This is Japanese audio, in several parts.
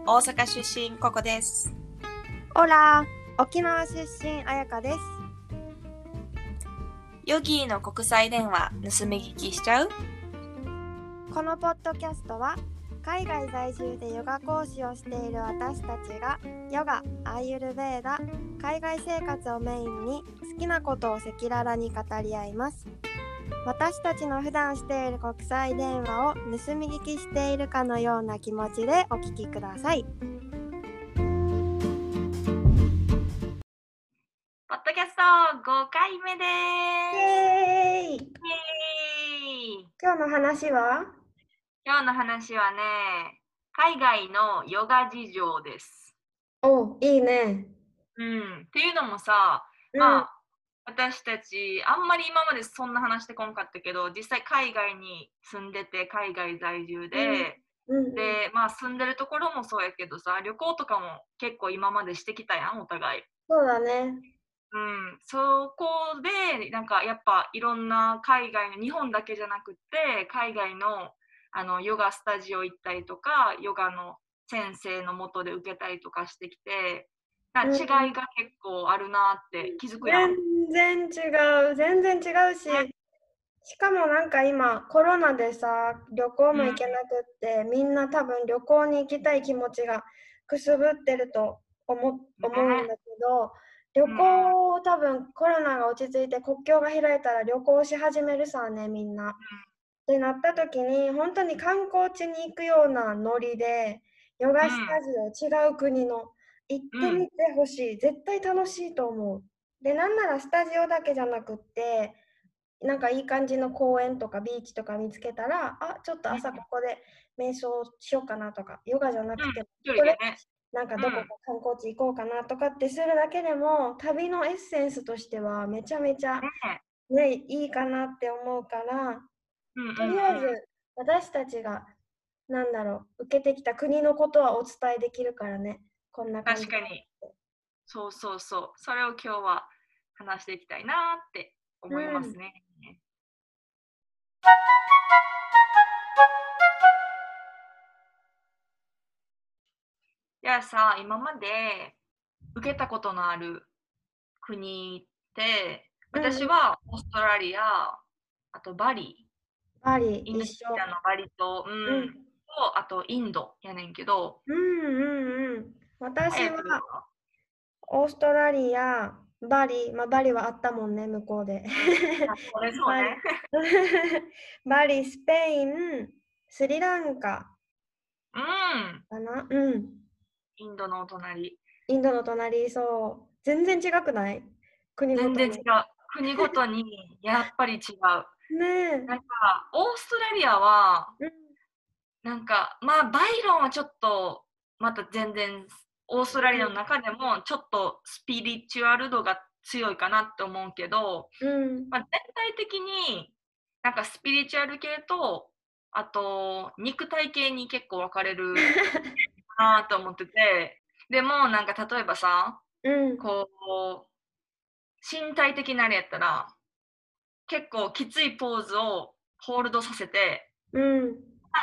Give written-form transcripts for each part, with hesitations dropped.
大阪出身ココです。 オラ、沖縄出身あやかです。 ヨギーの国際電話盗み聞きしちゃう？ このポッドキャストは海外在住でヨガ講師をしている私たちがヨガ、アーユルヴェーダ、海外生活をメインに好きなことを赤裸々に語り合います。私たちの普段している国際電話を盗み聞きしているかのような気持ちでお聞きください。 ポッドキャスト5回目でイす。 エーイ。 イエーイ。 今日の話は今日の話はね、海外のヨガ事情です。 いいね。 っていうのもさ、 うん、 私たちあんまり今までそんな話してこんかったけど、実際海外に住んでて、海外在住うん、 で、 うん、うん。 で、住んでるところもそうやけどさ、旅行とかも結構今までしてきたやん、お互い。 そうだね。 そこでなんかやっぱいろんな海外の日本だけじゃなくって海外のヨガスタジオ行ったりとかヨガの先生のもとで受けたりとかしてきてうん違いが結構あるなって気づくやん。 全然違う。全然違うし、しかもなんか今コロナでさ、旅行も行けなくって、みんな多分旅行に行きたい気持ちがくすぶってると思うんだけど、旅うんうん行多分コロナが落ち着いて国境が開いたら旅行し始めるさね、みんな。ってなった時に、本当に観光地に行くようなノリで、ヨガスタジオ、違う国の、行っうんうんてみてほしい。絶対楽しいと思う。で、なんならスタジオだけじゃなくって、なんかいい感じの公園とかビーチとか見つけたら、あ、ちょっと朝ここで瞑想しようかなとか、ヨガじゃなくて、 一人これでね。 なんかどこか観光地行こうかなとかってするだけでも、旅のエッセンスとしてはめちゃめちゃね。 ね、いいかなって思うから、 うんうんうんとりあえず私たちが受けてきた国のことはお伝えできるからね、こんな感じだ確かに。そうそうそう。それを今日は話していきたいなってう思いまん、 すね。じゃあさ、今まで受けたことのある国って、 うんうん、 私はオーストラリア、あとバリ、 バリインドネ一緒。 シアのバリ島、 うん、 と、あとインドやねんけど、 うんうんうん。私は早くは、 オーストラリア、バリ、まあ、バリはあったもんね、向こうで。 それそうね。 バリ、バリ、スペイン、スリランカうん、 かな。うん。 インドのお隣。 インドの隣、そう。全然違くない国ご全然違う。 とに。 国ごとにやっぱり違う。 ねえ。 なんか、オーストラリアは、 うんバイロンはちょっと、また全然、オーストラリアの中でも、ちょっとスピリチュアル度が強いかなって思うけど、 うん。 全体的に、なんかスピリチュアル系と、あと、肉体系に結構分かれるかなと思ってて、でも、なんか例えばさ、 うん。 こう、身体的なあれやったら、結構きついポーズをホールドさせて、 うん。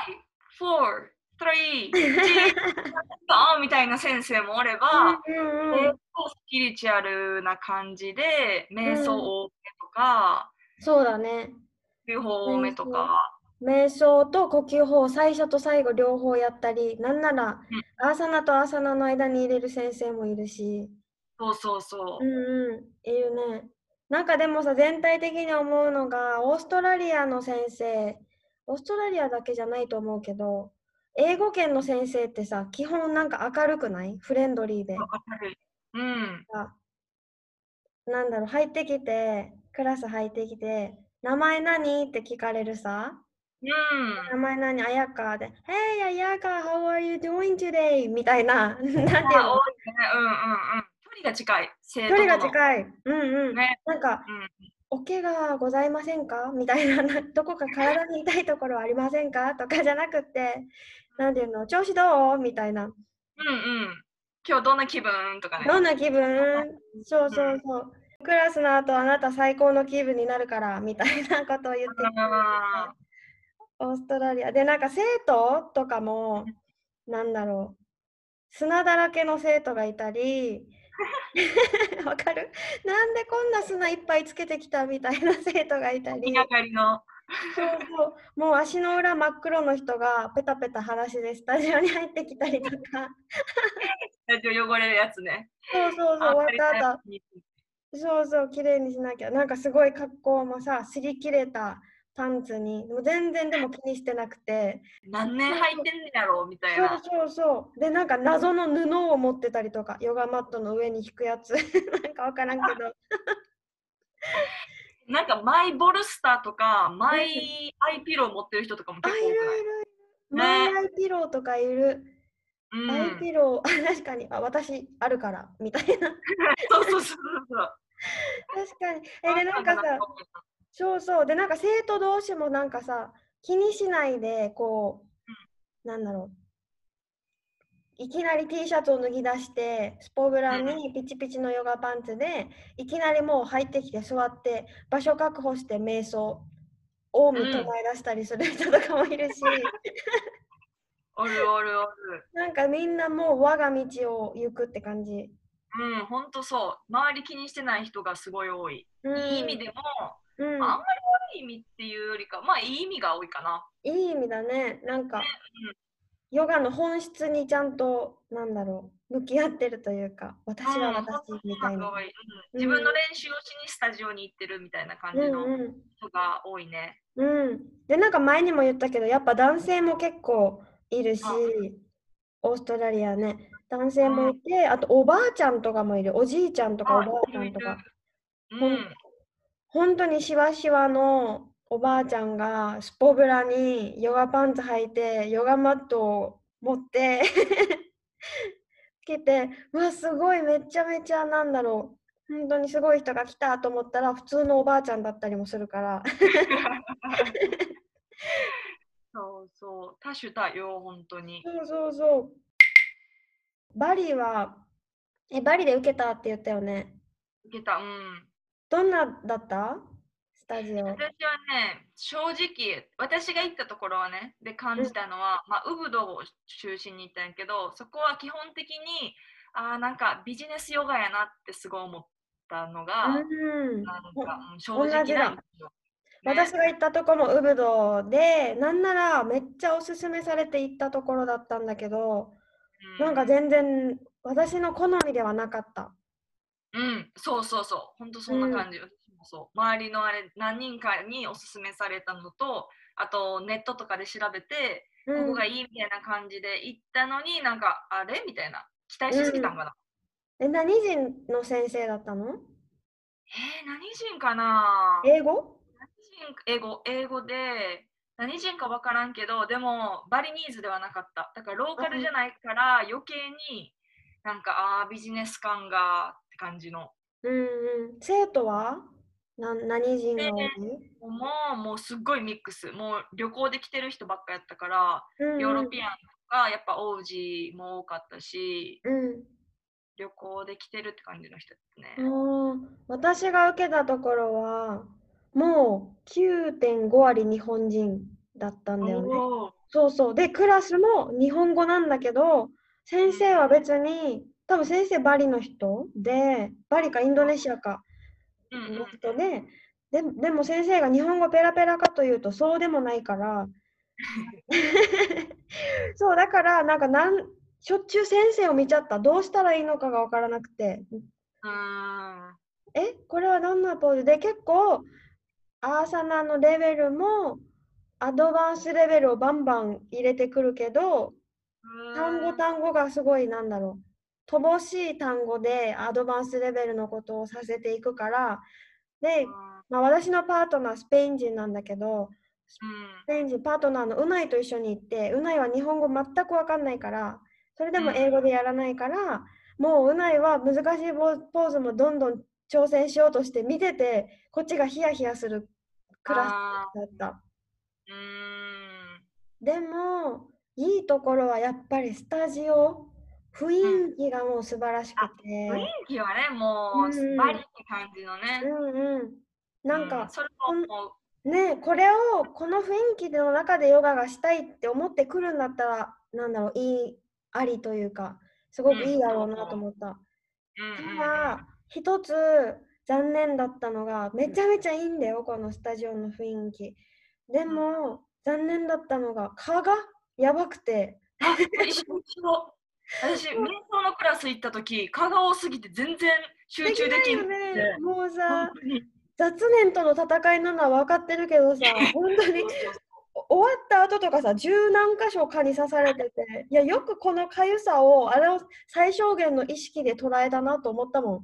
5、4、3、2、ドーンみたいな先生もおれうんば、 うんスピリチュアルな感じで、 うん。 瞑想うん。 多めとか、 そうだね。 手法多めと瞑想。 か、 瞑想と呼吸法、最初と最後両方やったり、なんなら、 うん、 アーサナとアーサナの間に入れる先生もいるし。 そうそううそんうん。いるね。なんかでもさ、全体的に思うのが、オーストラリアの先生、オーストラリアだけじゃないと思うけど、英語圏の先生ってさ、基本なんか明るくないフレンドリーう。 で。 明るい。うん。 あ、入ってきて、クラス入ってきて、名前何って聞かれるさ。 うん。 名前何あやかで、Hey, あやか、how are you doing today? みたいな、なんていうの多いね。うんうんうん。距離が近い。生距離徒との。 が近い。うんうん。 ね。 なんか、 うん。 お怪我ございませんかみたいな、どこか体に痛いところはありませんかとかじゃなくって、なんていうの、調子どうみたいな。 うんうん。今日どんな気分とかね。 どんな気分そううん。 そうそう。クラスの後あなた最高の気分になるからみたいなことを言ってきたりとか、 あオーストラリアでなんか生徒とかもなんだろう砂だらけの生徒がいたりわかる？なんでこんな砂いっぱいつけてきたみたいな生徒がいた気がり、 かりの。 そうそう、もう足の裏真っ黒の人がペタペタ裸足でスタジオに入ってきたりとか、 スタジオ汚れるやつね。 そうそうそう、 あ、 終わっ借りたやた後、 つに。 そうそう、綺麗にしなきゃ。なんかすごい格好もさ、擦り切れたパンツに、もう全然でも気にしてなくて、 何年履いてんねやろみたいそうな。 そうそう。で、なんか謎の布を持ってたりとか、ヨガマットの上に引くやつ。なんかわからんけど。 なんかマイボルスターとか、 うマん。 イアイピロー持ってる人とかもあ、いる結構多くない？ いるいる。マイね。 アイピローとかいる。 うアイん。 ピロー、あ、確かに、あ、私あるから、みたいな。 そうそうそうそう。 確かに。で、 そういうなんかさ、 のがなんか多いな。 そうそう。で、なんか生徒同士もなんかさ、気にしないで、こう、なんだろう。いきなり T シャツを脱ぎ出して、スポブラうん。 にピチピチのヨガパンツで、いきなりもう入ってきて座って、場所確保して瞑想、オウうん。 ム唱え出したりする人とかもいるし、 おるおるおる。 なんかみんなもう我が道を行くって感じ。 うん、ほんとそう。周り気にしてない人がすごい多い。 うん、 いい意味でも、 うん。 まあんまり悪い意味っていうよりか、まあいい意味が多いかな。 いい意味だね。なんね。 か、ヨガの本質にちゃんと、なんだろう、向き合ってるというか、 うん、 私はうん、ほんと私みたいな。 そのが多い。うん、 うん、 自分の練習をしにスタジオに行ってるみたいな感うじのん、うん。 人が多いね。 うん。で、なんか前にも言ったけど、やっぱ男性も結構いるあ、 し、オーストラリアね、男性もうん。 いて、あとおばあちゃんとかもいる、おじいちゃんとかおあ、 ばあいるいる。 ちゃんとか、 うほん、 ん。 本当にしわしわのおばあちゃんがスポブラにヨガパンツ履いて、ヨガマットを持ってつけて、うわ、すごい、めちゃめちゃなんだろう。本当にすごい人が来たと思ったら、普通のおばあちゃんだったりもするから。 そうそう。多種多様、本当に。 そうそうそう。バリは、バリで受けたって言ったよね。 受けた。うん。 どんなだったスタジオ？ 私はね、正直、私が行ったところはね、で感うん。 じたのは、まあ、ウブドを中心に行ったんやけど、そこは基本的に、なんかビジネスヨガやなってすごい思ったのが、 うん。 なんか、うん、正同じだ。 直な印象。ね。 私が行ったとこもウブドで、なんならめっちゃおすすめされて行ったところだったんだけど、なんか全然私の好みではなかった。 うん、うん、そうそうそう、本当うん。 そんな感じ。私もそう。周りのあれ、何人かにおすすめされたのと、あとネットとかで調べて、 うん。 ここがいいみたいな感じで行ったのに、なんか、あれみたいな。期待しすぎうん。 たんかな。 何人の先生だったの？ 何人かな？ 英語？ 何人？英語で、何人か分からんけど、でも、バリニーズではなかった。だから、ローあ、 カルじゃないから、余計になんか、ビジネス感がって感じの。 うんうん。生徒は何人で、 が多い？ もうすっごいミックス。もう旅行で来てる人ばっかやったから、 うんうん。 ヨーロピアンとか、やっぱオージーも多かったし、 うん。 旅行で来てるって感じの人だったね。 私が受けたところは、もう9.5割日本人だったんおだよね。 お。 そうそう。で、クラスも日本語なんだけど、先生は別に、多分先生バリの人で、バリかインドネシアかうんうんうん。 の人で、でも先生が日本語ペラペラかというとそうでもないから、そう、だからしょっちゅう先生を見ちゃった。どうしたらいいのかがわからなくて。 うーん。 これはどんなポーズで、結構アーサナのレベルもアドバンスレベルをバンバン入れてくるけど、 う単語ーん。 単語がすごいなんだろう。乏しい単語でアドバンスレベルのことをさせていくから、で、まあ、私のパートナースペイン人なんだけど、スうん。 ペイン人パートナーのウナイと一緒に行って、ウナイは日本語全くわかんないから、それでもうん。 英語でやらないから、もうウナイは難しいポーズもどんどん挑戦しようとして見てて、こっちがヒヤヒヤするクラスあだった。 ー、うーん。 でも、いいところはやっぱりスタジオ、雰うん。 囲気がもう素晴らしくあ、雰囲て、 気はね、もうんうバリっうん、 て感じのね。 うんうん。なんうん、 か、 それこんも思う。 ねえ、この雰囲気の中でヨガがしたいって思ってくるんだったら、なんだろう、ありというか、 すごくいいだろうなと思った。ただ、一つ残念だったのが、めちゃめちゃいいんだよ、このスタジオの雰囲気。でも、残念だったのが、蚊がやばくて。 あ、一緒一緒。私、瞑想のクラス行った時、蚊が多すぎて全然集中できなくて、 もうさ、 本当に。 雑念との戦いなのは分かってるけどさ、本当に終わった後とかさ、十何箇所蚊に刺されてて、いや、よくこの痒さを、あれを最小限の意識で捉えたなと思ったもん。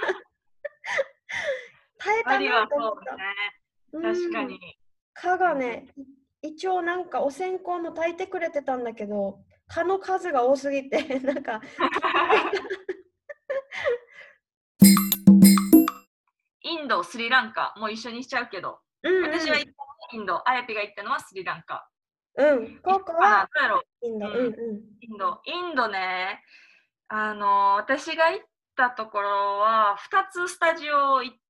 耐えたなと思った。 確かに。 蚊がね、一応なんかお線香も炊いてくれてたんだけど、蚊の数が多すぎて、なんか、 インド、スリランカもう一緒にしちゃうけど、私は行ったのはインド、あやぴが行ったのはスリランカ。 ここはインド。インドね、私が行ったところは2つスタジオ行って、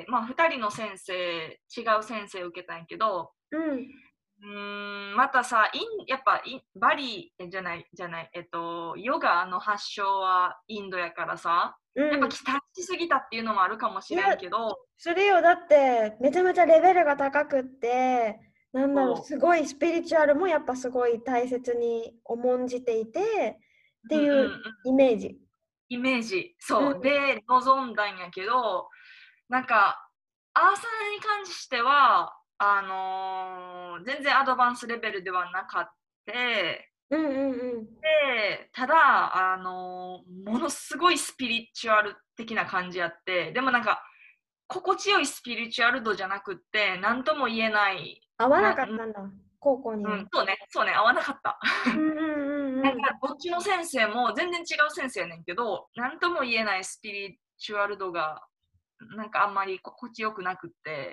まあ、2人の先生、違う先生を受けたんやけど、またさ、やっぱバリじゃない、ヨガの発祥はインドやからさ、やっぱ期待しすぎたっていうのもあるかもしれんけど。 それよ、だってめちゃめちゃレベルが高くって、なんだろう、すごいスピリチュアルもやっぱすごい大切に重んじていてっていうイメージ。 そう。で、臨んだんやけど、なんか、アーサナに関しては、全然アドバンスレベルではなかった。で、ただ、ものすごいスピリチュアル的な感じやって、でもなんか、心地よいスピリチュアル度じゃなくって、何とも言えない。 合わなかったんだ、高校には。 そうね、合わなかった。なんか、どっちの先生も全然違う先生やねんけど、何とも言えないスピリチュアル度が、なんかあんまり心地よくなくって、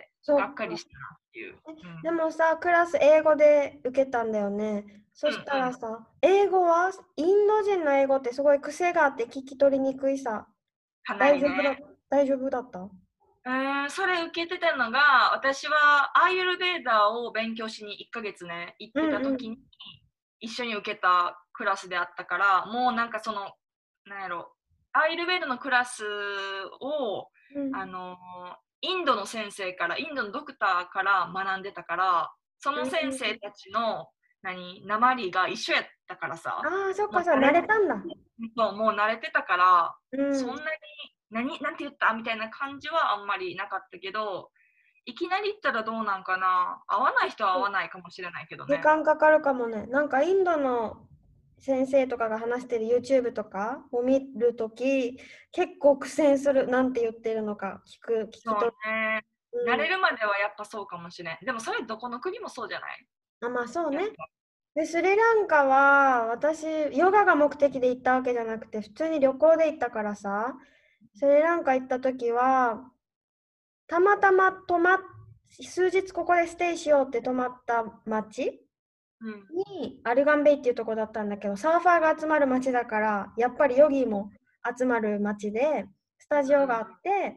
がっかりしたなっていう。 でもさ、クラス英語で受けたんだよね。そしたらさ、英語はインド人の英語ってすごい癖があって聞き取りにくいさ。大丈夫だった？ それ受けてたのが、私はアーユルベーダーを勉強しに1ヶ月ね、行ってた時に、一緒に受けたクラスであったから、もうなんかその、なんやろ、アーユルベーダーのクラスを、インドの先生から、インドのドクターから学んでたから、その先生たちの、訛りが一緒やったからさ。 ああ、そっかさ、慣れたんだ。 そう、もう慣れてたから、そんなに、なんて言ったみたいな感じはあんまりなかったけど、いきなり行ったらどうなんかな。合わない人は合わないかもしれないけどね。 時間かかるかもね。なんかインドの先生とかが話してる YouTube とかを見るとき、結構苦戦する、なんて言ってるのか聞き取る。 ね。慣れるまではやっぱそうかもしれん。でもそれどこの国もそうじゃない？ まあそうね。で、スリランカは私、ヨガが目的で行ったわけじゃなくて、普通に旅行で行ったからさ、スリランカ行った時は、たまたま数日ここでステイしようって泊まった町に、アルガンベイっていうとこだったんだけど、サーファーが集まる町だから、やっぱりヨギも集まる町で、スタジオがあって、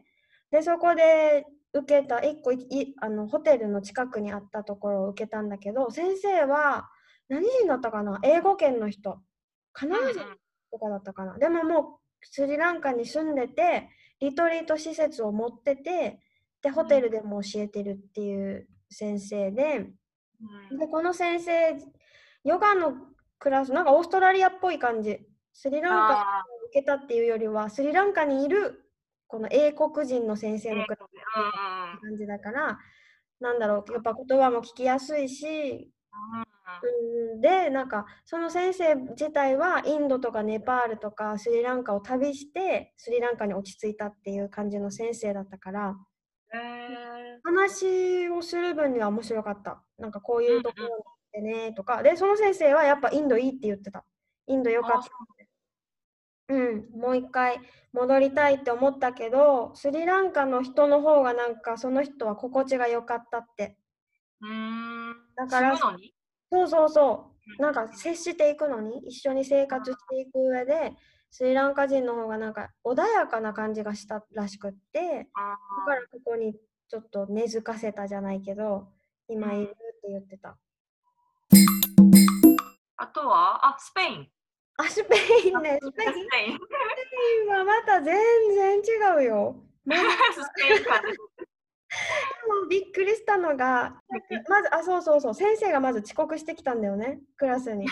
で、そこで受けた、ホテルの近くにあったところを受けたんだけど、先生は、何人だったかな、英語圏の人。カナダ人とかだったかな。でももうスリランカに住んでて、リトリート施設を持ってて、で、ホテルでも教えてるっていう先生で、で、この先生、ヨガのクラス、なんかオーストラリアっぽい感じ。スリランカを受けたっていうよりは、スリランカにいるこの英国人の先生のクラスって感じだから、なんだろう、やっぱ言葉も聞きやすいし、で、なんかその先生自体はインドとかネパールとかスリランカを旅してスリランカに落ち着いたっていう感じの先生だったから、話をする分には面白かった。なんかこういうところでねとか。で、その先生はやっぱインドいいって言ってた。インドよかった。もう一回戻りたいって思ったけど、スリランカの人の方がなんかその人は心地が良かったって。だから、そうなんか接していくのに、一緒に生活していく上で、スリランカ人の方がなんか穏やかな感じがしたらしくって、だからここにちょっと根付かせたじゃないけど、今いるって言ってた。 あとは、スペイン。 あ、スペインね。スペインスペイン。 はまた全然違うよ。まずスペイン感で。 もびっくりしたのが、まず、そうそうそう、先生がまず遅刻してきたんだよね、クラスに。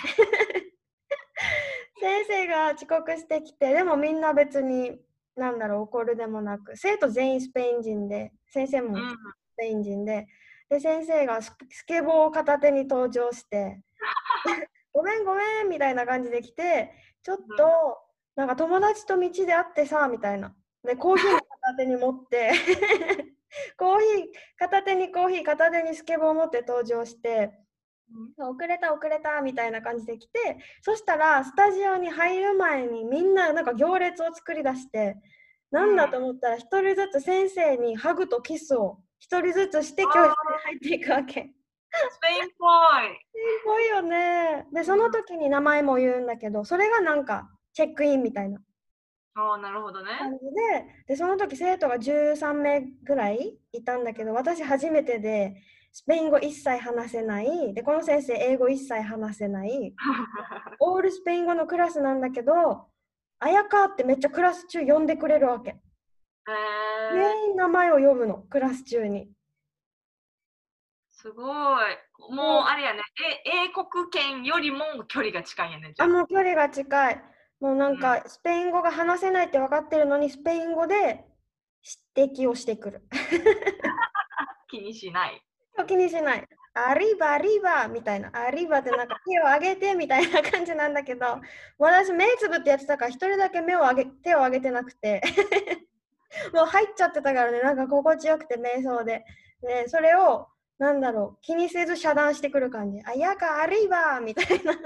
先生が遅刻してきて、でもみんな別に、なんだろう、怒るでもなく、生徒全員スペイン人で、先生もスペイン人で、先生がスケボーを片手に登場して、ごめんごめんみたいな感じで来て、ちょっと、なんか友達と道で会ってさ、みたいな。で、コーヒーも片手に持ってコーヒー、片手にコーヒー、片手にスケボーを持って登場して、遅れた遅れたみたいな感じで来て、そしたらスタジオに入る前にみんななんか行列を作り出して、なんだと思ったら一人ずつ先生にハグとキスを一人ずつして教室に入っていくわけ。 スペインっぽい。 すごいよね。で、その時に名前も言うんだけど、それがなんかチェックインみたいななるほどね。 感じで、その時生徒が13名ぐらいいたんだけど、私初めてで、スペイン語一切話せない。で、この先生英語一切話せない。オールスペイン語のクラスなんだけど、あやかってめっちゃクラス中呼んでくれるわけ。全員名前を呼ぶの、クラス中に。 すごい。もうあれやね、英国圏よりも距離が近いんやね。 もう距離が近い。もうなんか、スペイン語が話せないって分かってるのに、スペイン語で指摘をしてくる。 気にしない。 気にしない。アリバ、アリバみたいな。アリバってなんか手を上げてみたいな感じなんだけど、私目つぶってやってたから、一人だけ手を上げてなくて、もう入っちゃってたからね、なんか心地よくて瞑想で。で、それを、なんだろう、気にせず遮断してくる感じ。あ、やか、アリバみたいな。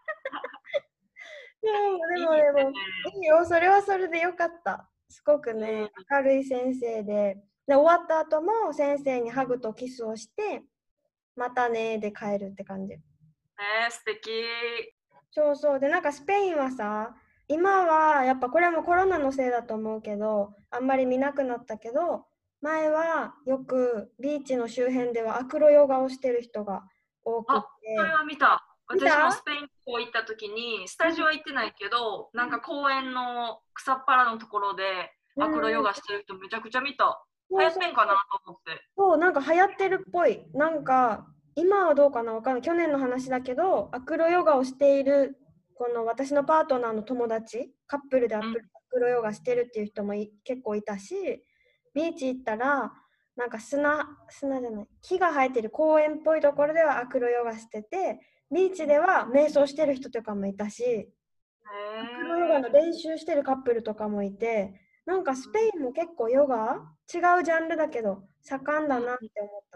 でも、いいよ、それはそれでよかった。すごくね、明るい先生で、終わった後も先生にハグとキスをして、またねで帰るって感じ。 素敵。 そうそう。で、なんかスペインはさ、今はやっぱこれもコロナのせいだと思うけど、あんまり見なくなったけど、前はよくビーチの周辺ではアクロヨガをしてる人が多くて。 それは見た。 見た？ 私もスペイン行った時に、スタジオは行ってないけど、なんか公園の草っぱらのところでアクロヨガしてる人めちゃくちゃ見た。流行ってんかなと思って。 そう、なんか流行ってるっぽい。なんか、今はどうかなわかんない。去年の話だけど、アクロヨガをしている、この私のパートナーの友達、カップルでアクロヨガしてるっていう人も結構いたし、ビーチ行ったら、なんか砂じゃない、木が生えてる公園っぽいところではアクロヨガしてて、ビーチでは瞑想してる人とかもいたし、アクロヨガの練習してるカップルとかもいて、なんかスペインも結構ヨガ違うジャンルだけど盛んだなって思った。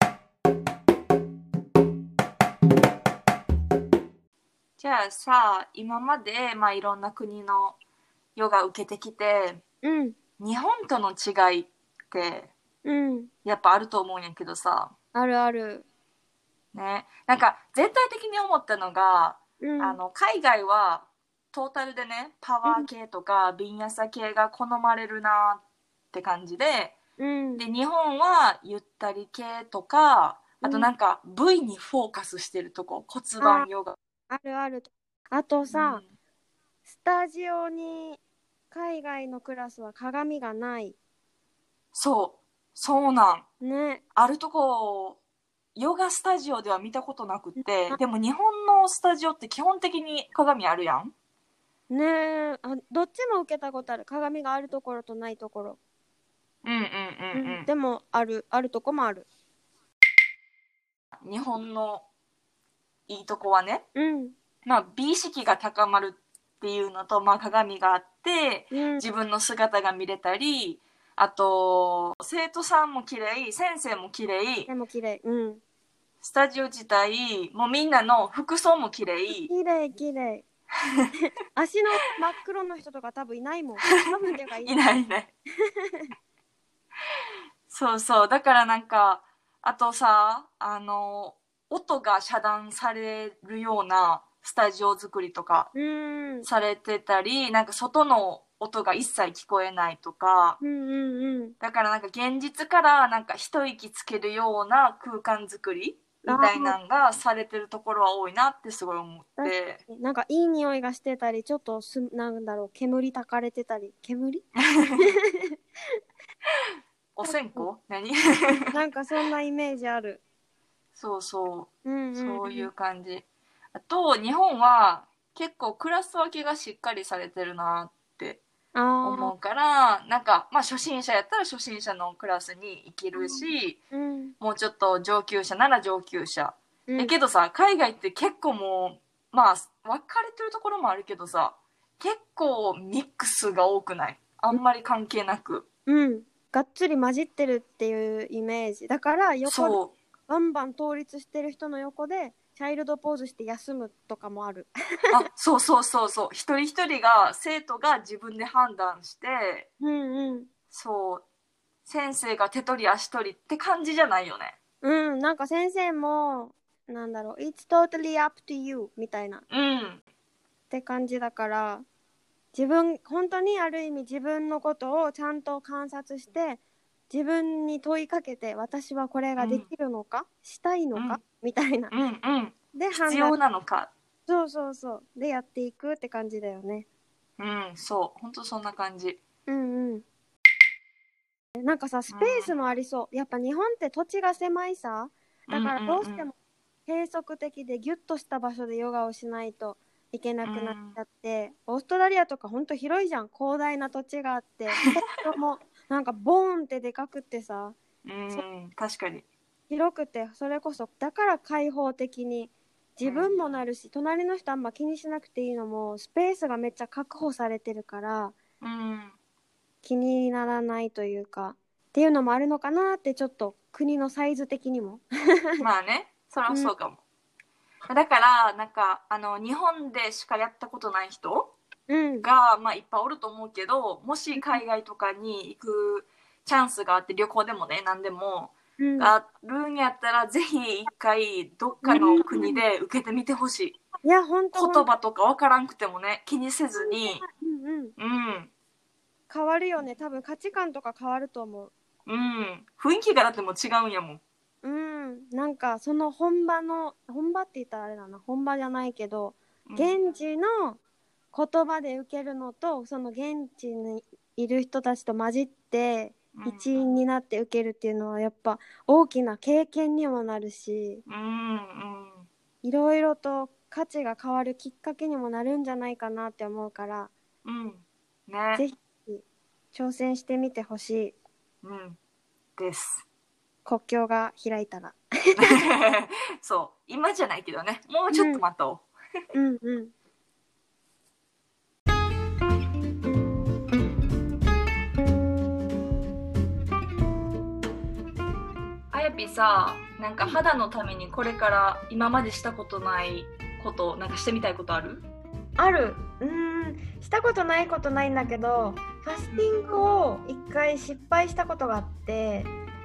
じゃあさ、今まで、いろんな国のヨガ受けてきて、日本との違いって、やっぱあると思うんやけどさ。 あるある。 ね。なんか全体的に思ったのが、海外はトータルでね、パワー系とかビンヤサ系が好まれるなって感じで、で、日本はゆったり系とか、あとなんか部位にフォーカスしてるとこ、骨盤ヨガ。 あるある。あとさ、スタジオに海外のクラスは鏡がない。 そうなんね。 あるとこ、ヨガスタジオでは見たことなくって、でも日本のスタジオって基本的に鏡あるやん。 ねえ、どっちも受けたことある。鏡があるところとないところ。でもあるとこもある。 日本のいいとこはね、美意識が高まるっていうのと、鏡があって、自分の姿が見れたり、あと生徒さんも綺麗、先生も綺麗、スタジオ自体もうみんなの服装も綺麗。 綺麗足の真っ黒の人とか多分いないもん。多分っていうかいない。そうだからなんか、あとさ、音が遮断されるようなスタジオ作りとかされてたり、なんか外の音が一切聞こえないとか、だからなんか現実からなんか一息つけるような空間作りみたいなのがされてるところは多いなってすごい思って、 なんかいい匂いがしてたり、ちょっとなんだろう、煙たかれてたり、煙お線香何なんかそんなイメージある。 そうそう、 うんうんうん、 そういう感じ。あと日本は結構クラス分けがしっかりされてるなって思うから、なんかまあ初心者やったら初心者のクラスに行けるし、 うん、 もうちょっと上級者なら上級者、 うん、 だけどさ、海外って結構もうまあ分かれてるところもあるけどさ、結構ミックスが多くない？あんまり関係なく、 うん、がっつり混じってるっていうイメージだから、横でバンバン倒立してる人の横でチャイルドポーズして休むとかもある。 あ、そうそうそうそう、一人一人が生徒が自分で判断して、 うんうん、 そう、先生が手取り足取りって感じじゃないよね。 うん、なんか先生もなんだろう、It's totally up to you みたいな、 うん、 って感じだから、本当にある意味自分のことをちゃんと観察して自分に問いかけて、私はこれができるのか、したいのか、みたいな、 で必要なのか、 そうそうそうでやっていくって感じだよね。 そう、ほんとそんな感じ。 なんかさ、スペースもありそう。やっぱ日本って土地が狭いさ、だからどうしても閉塞的でギュッとした場所でヨガをしないといけなくなっちゃって、オーストラリアとかほんと広いじゃん。広大な土地があってもなんかボーンってでかくってさ、 確かに広くて、それこそだから開放的に自分もなるし、隣の人あんま気にしなくていいのもスペースがめっちゃ確保されてるから、気にならないというかっていうのもあるのかなって、ちょっと国のサイズ的にもまあね、それはそうかも、だからなんか日本でしかやったことない人が、まあ、いっぱいおると思うけど、もし海外とかに行くチャンスがあって、旅行でもね何でも、あるんやったらぜひ一回どっかの国で受けてみてほしい。 いや本当言葉とか分からんくてもね、気にせずに、 変わるよね。多分価値観とか変わると思う。 雰囲気がだってもう違うんやもん。 なんかその本場って言ったらあれだな、本場じゃないけど、現地の言葉で受けるのと、その現地にいる人たちと混じって一員になって受けるっていうのはやっぱ大きな経験にもなるし、いろいろと価値が変わるきっかけにもなるんじゃないかなって思うから、ぜひ挑戦してみてほしい。 です。 国境が開いたらそう、今じゃないけどね、もうちょっと待とう。あやぴさ、なんか肌のためにこれから今までしたことないこと、なんかしてみたいことある？ ある。したことないことないんだけど、ファスティングを一回失敗したことがあって。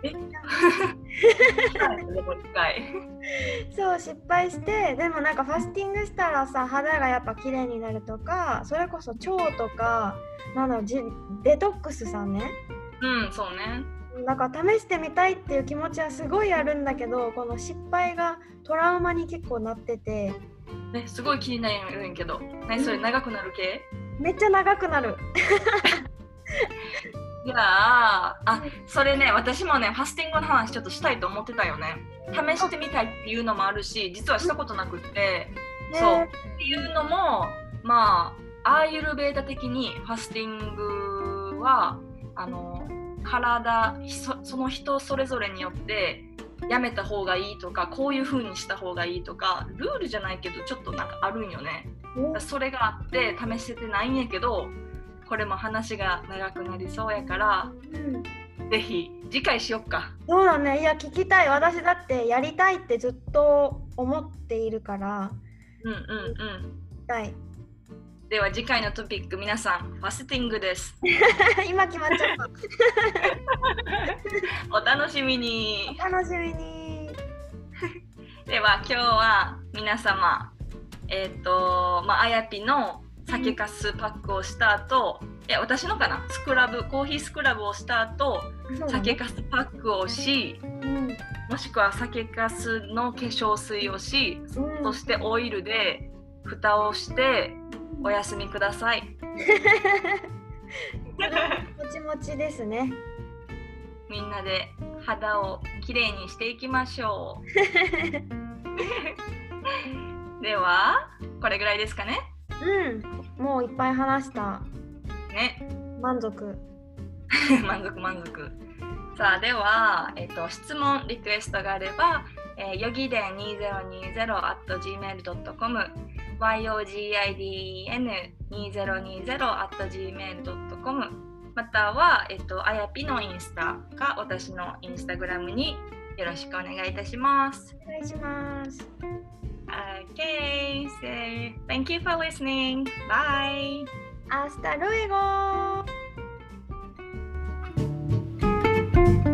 そう、失敗して、でもなんかファスティングしたらさ、肌がやっぱ綺麗になるとか、それこそ腸とかデトックスさね。 そうね。 だから試してみたいっていう気持ちはすごいあるんだけど、この失敗がトラウマに結構なってて、 すごい気になるんけど、それ長くなる系？ めっちゃ長くなる。 じゃあ、それね、私もね、ファスティングの話ちょっとしたいと思ってたよね。試してみたいっていうのもあるし、実はしたことなくって、そうっていうのも、まあアーユルベーダ的にファスティングは体、その人それぞれによってやめた方がいいとか、こういう風にした方がいいとか、ルールじゃないけどちょっとなんかあるんよね。それがあって試しててないんやけど、これも話が長くなりそうやから、ぜひ次回しよっか。 そうだね。いや聞きたい。私だってやりたいってずっと思っているから。はい。 では次回のトピック、皆さんファスティングです。 今決まっちゃった。 お楽しみに。 お楽しみに。 では今日は皆様、あやぴの酒かすパックをした後、私のかな、コーヒースクラブをした後、酒かすパックをし、 もしくは酒粕の化粧水をし、そしてオイルで蓋をしてお休みください。 もちもちですね。 みんなで肌をきれいにしていきましょう。ではこれぐらいですかね。 もういっぱい話したね。 満足。 満足。さあでは、質問リクエストがあれば、よぎでん2020@gmail.com yogiden2020@gmail.com または、あやぴのインスタか私のインスタグラムによろしくお願いいたします。 お願いします。 Okay, so thank you for listening. Bye. Hasta luego.